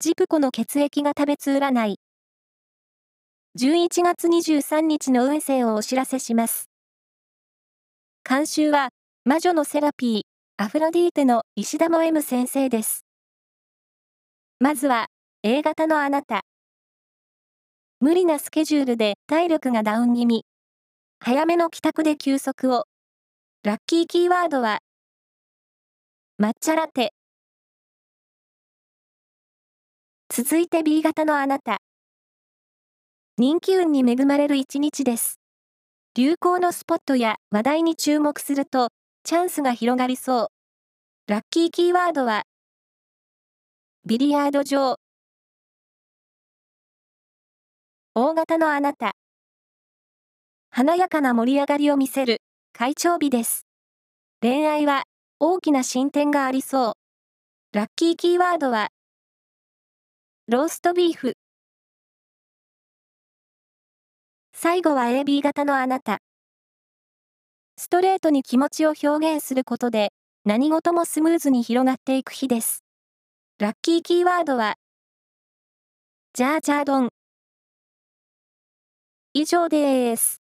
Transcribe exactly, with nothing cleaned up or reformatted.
ジプコの血液が食べつ占い。じゅういちがつにじゅうさんにちの運勢をお知らせします。監修は、魔女のセラピー、アフロディーテの石田も M 先生です。まずは、A 型のあなた。無理なスケジュールで体力がダウン気味。早めの帰宅で休息を。ラッキーキーワードは、抹茶ラテ。続いて B 型のあなた。人気運に恵まれる一日です。流行のスポットや話題に注目すると、チャンスが広がりそう。ラッキーキーワードは、ビリヤード場。大型のあなた。華やかな盛り上がりを見せる、開帳日です。恋愛は、大きな進展がありそう。ラッキーキーワードは、ローストビーフ。最後は エービー 型のあなた。ストレートに気持ちを表現することで、何事もスムーズに広がっていく日です。ラッキーキーワードは、ジャージャー丼。以上です。